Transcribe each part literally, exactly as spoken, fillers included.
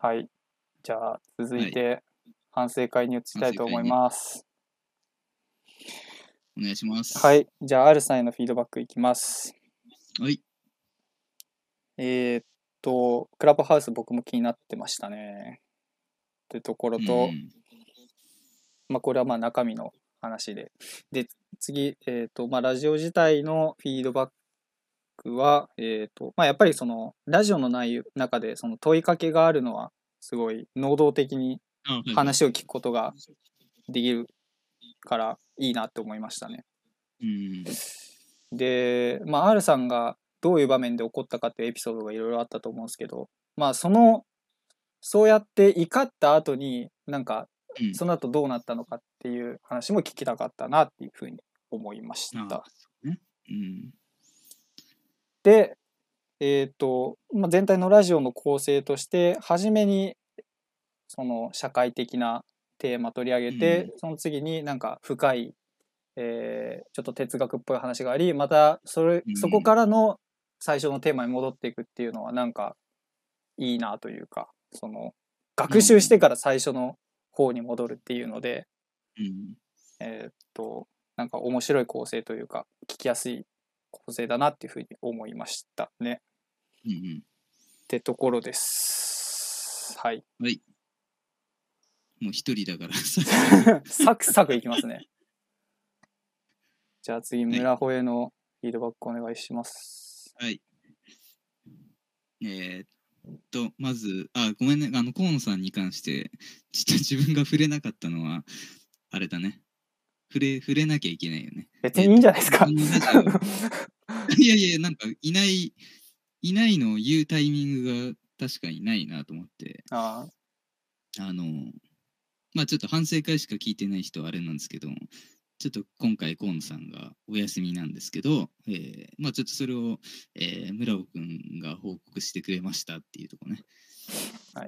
はい。じゃあ、続はいい。 て、反省会に移りたいと思います。 お願いしまはす。 い。じゃあ、R さんへのフィードバックいきます。 はい。 えーっと、クラブハウス僕も気になってましたね。というところうんうと、 ん。 まあ、これはまあ中身の話で。で、次、えーっと、まあ、ラジオ自体のフィードバックは、えーっと、まあ、やっぱりその、ラジオの内容中でその問いかけがあるのは、すごい能動的にあ、はいはい。 話を聞くことができるからいいなって思いましたね。 うん。 で、まあ、R さんがどういう場面で起こったかっていうエピソードがいろいろあったと思うんですけど、まあ、その、そうやって怒った後に、なんか、 うん。 その後どうなったのかっていう話も聞きたかったなっていうふうに思いましああ、 た。 そうね。うん。 で、えっと、まあ、全体のラジオの構成として、初めに、その社会的なテーマ取り上げて、 うん。 その次になんか深いえーちょっと哲学っぽい話があり、またそれ、そこうん。 からの最初のテーマに戻っていくっていうのはなんかいいなというか、そのう学習してかん。 ら最初の方に戻るっていうので、 うん。 えーっと、なんか面白い構成というか、聞きやすい構成だなっていうふうに思いましたね。 うん。 ってところです。はい。 はい。もう一人だからサクサク。 サクサクいきますね。じゃあ次、 はい。 村穂へのフィードバックお願いします。 はい。えーっと、まず、あ、ごめんね。あの、河野さんに関して、ちょっと自分が触れなかったのは、あれだね。触れ、触れなきゃいけないよね。 別にいいんえーっと、こじゃないですか。 のラジオ、いやいや、なんか、いない、いないのを言うタイミングが確かにないなと思って、 ああ、 あの、まあちょっと反省会しか聞いてない人はあれなんですけど、ちょっと今回河野さんがお休みなんですけど、えー、まあちょっとそれを、えー、村尾くんが報告してくれましたっていうところね。 はい。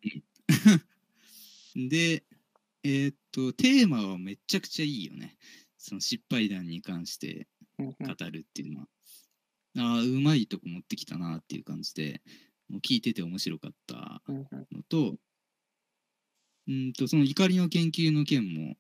で、えーっと、テーマはめちゃくちゃいいよね。その失敗談に関してうんうん語るっていうのは。ああ、うまいとこ持ってきたなっていう感じで、もう聞いてて面白かったうんうんのと、うんと、その怒りの研究の件も、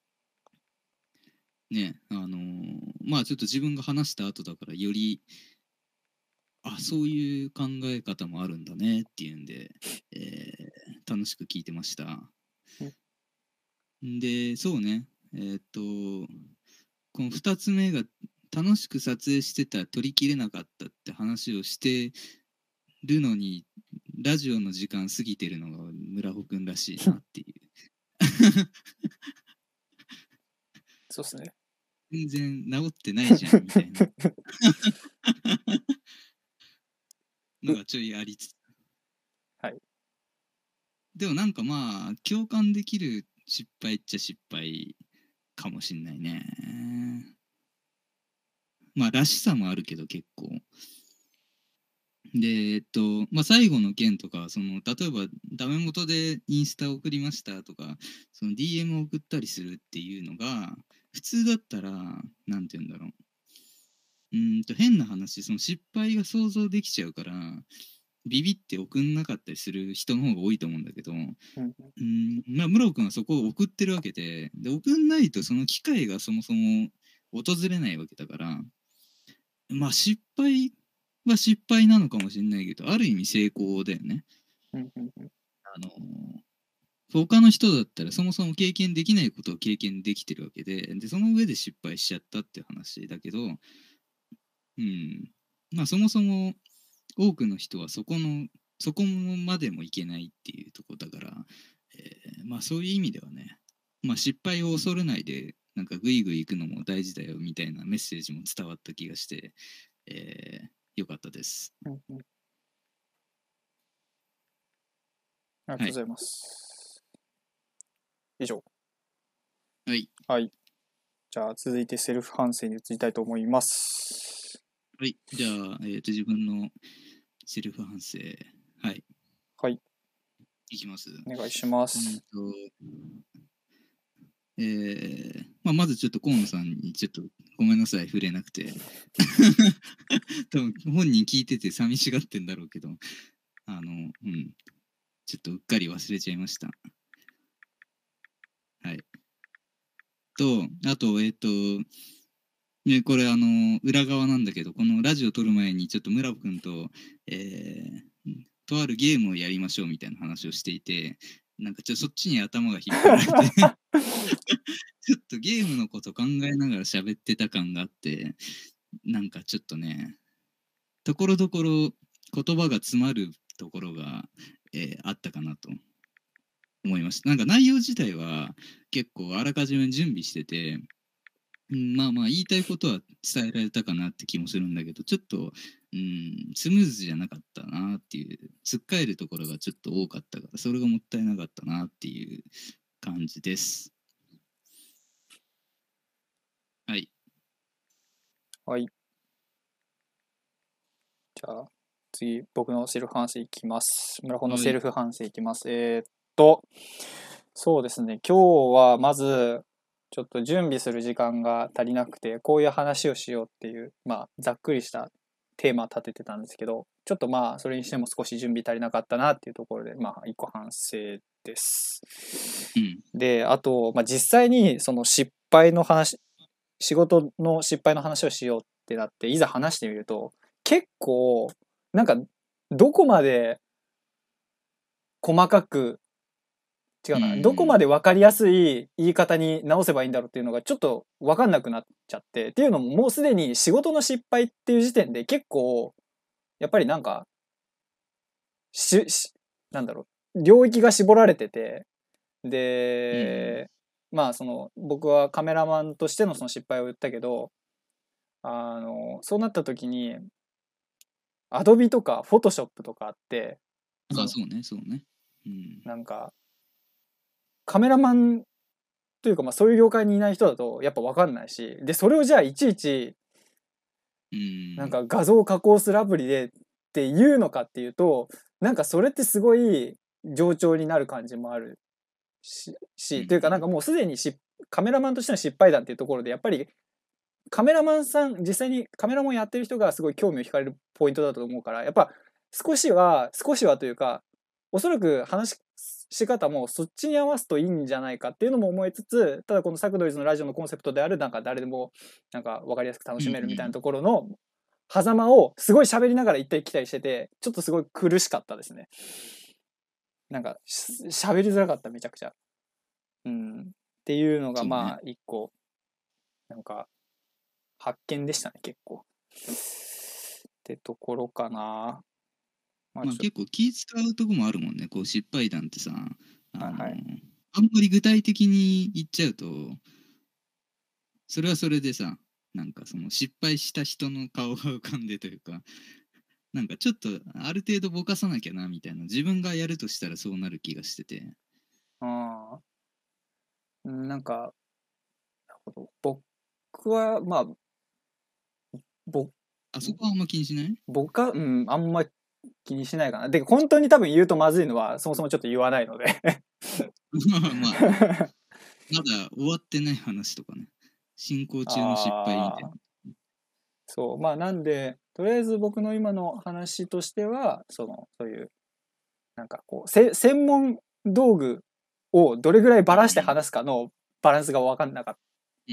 ね、あのーまあちょっと自分が話した後だからより、あ、そういう考え方もあるんだねっていうんで、えー楽しく聞いてました。 うんで、そうね、えーっと、このふたつめが楽しく撮影してた撮りきれなかったって話をしてるのに、ラジオの時間過ぎてるのが村穂くんらしいなっていう。 そうですね。 全然治ってないじゃんみたいなのがちょいありつつ。 はい。 でもなんかまあ、共感できる失敗っちゃ失敗かもしんないね。まあ、らしさもあるけど結構。で、えっと、まあ、最後の件とか、その、例えば、ダメ元でインスタ送りましたとか、その ディーエム 送ったりするっていうのが、普通だったら、なんて言うんだろう。うーんと、変な話、その失敗が想像できちゃうから、ビビって送んなかったりする人の方が多いと思うんだけど、 うんうん、まあ、室尾君はそこを送ってるわけで、で、送んないとその機会がそもそも訪れないわけだから、まあ、失敗は失敗なのかもしれないけど、ある意味成功だよね。 うんうんうんあの、他の人だったらそもそも経験できないことを経験できてるわけで、で、その上で失敗しちゃったっていう話だけど、うん、まあ、そもそも多くの人はそこの、そこまでもいけないっていうところだから、えーまあそういう意味ではね、まあ失敗を恐れないで、なんかグイグイ行くのも大事だよみたいなメッセージも伝わった気がして、えー、よかったです。 うんうん。ありがはい。 とうございます。以上。 はい。 はい。じゃあ続いてセルフ反省に移りたいと思います。 はい。じゃあ、えーと、自分のセルフ反省。はい。 はい。 いきます。 お願いしまうんす。 と、えーまあ、まずちょっと河野さんにちょっとごめんなさい、触れなくて。多分本人聞いてて寂しがってんだろうけど、あの、うん。 ちょっとうっかり忘れちゃいました。はい。と、あと、えっ、と、ね、これあの、裏側なんだけど、このラジオ撮る前にちょっと村尾くんと、えー、とあるゲームをやりましょうみたいな話をしていて、なんかちょっとそっちに頭が引っ張られて、ちょっとゲームのこと考えながら喋ってた感があって、なんかちょっとね、ところどころ言葉が詰まるところが、えーあったかなと思いました。なんか内容自体は結構あらかじめ準備してて、うん、まあまあ言いたいことは伝えられたかなって気もするんだけど、ちょっと、うん、スムーズじゃなかったなっていう、つっかえるところがちょっと多かったから、それがもったいなかったなっていう感じです。はい。 はい。じゃあ、次、僕のセルフ反省いきます。村穂のセルフ反省いきます。えーっと、そうですね、今日はまず、ちょっと準備する時間が足りなくて、こういう話をしようっていう、まあ、ざっくりしたテーマを立ててたんですけど、ちょっとまあ、それにしても少し準備足りなかったなっていうところで、まあ、一個反省です。 うん。 で、あと、まあ、実際にその失敗の話、仕事の失敗の話をしようってなって、いざ話してみると、結構、なんか、どこまで細かく、違ううな、どこまん。 で分かりやすい言い方に直せばいいんだろうっていうのがちょっと分かんなくなっちゃって、っていうのももうすでに仕事の失敗っていう時点で結構、やっぱりなんか、し、し、なんだろう、領域が絞られてて、 うん。 で、まあその、僕はカメラマンとしてのその失敗を言ったけど、あの、そうなった時に、アドビとかフォトショップとかあって、そあ、 の、 そうね、そうね。うん。 なんか、カメラマンというか、まあそういう業界にいない人だとやっぱ分かんないし、で、それをじゃあいちいち、 うん。 なんか画像を加工するアプリでっていうのかっていうと、なんかそれってすごい冗長になる感じもあるし、 うし、というかなんかん。 もうすでにしカメラマンとしての失敗談っていうところで、やっぱりカメラマンさん、実際にカメラマンやってる人がすごい興味を惹かれるポイントだと思うから、やっぱ少しは、少しはというか、おそらく話し方もそっちに合わすといいんじゃないかっていうのも思いつつ、ただこのサクドリズのラジオのコンセプトである、なんか誰でもなんか分かりやすく楽うん。 しめるみたいなうん。 ところの狭間をすごい喋りながら行ったり来たりしてて、ちょっとすごい苦しかったですね。なんか喋りづらかった、めちゃくちゃ。うん。っていうのがそうね。 まあ一個、なんか発見でしたね、結構。ってところかな。まあまあちょっ結構気使うとこもあるもんね。こう失敗談ってさ、 と、はあの、 いはい。 あんまり具体的に言っちゃうと、それはそれでさ、なんかその失敗した人の顔が浮かんでというか、なんかちょっとある程度ぼかさなきゃなみたいな、自分がやるとしたらそうなる気がしてて。 ああ、なんか、なるほど。僕は、まあ、ぼ、 あそこはあんま気にしない？ 僕は、うん、あんま気にしないかな。で、本当に多分言うとまずいのは、そもそもちょっと言わないので。 まあ、まだ終わってない話とかね。進行中の失敗みたいな。 ああ、そう。まあ、なんで、とりあえず僕の今の話としては、その、そういう、なんかこう、せ専門道具をどれぐらいばらしてうん。 話すかのバランスが分かんなかった、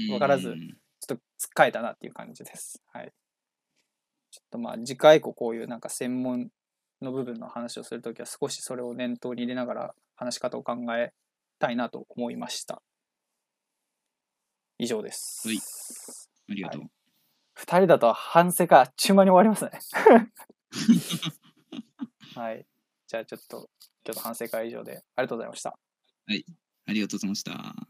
う分からず、 ん。 ちょっとつっかえたなっていう感じです。はい。ちょっとまあ、次回以降こういうなんか専門の部分の話をするときは少しそれを念頭に入れながら話し方を考えたいなと思いました。以上ではい。 す。はい。 ありがとう。 二人だと反省があっちゅう間に終わりますね。はい。じゃあちょっと、今日の反省会は以上でありがとうございました。 はい。ありがとうございました。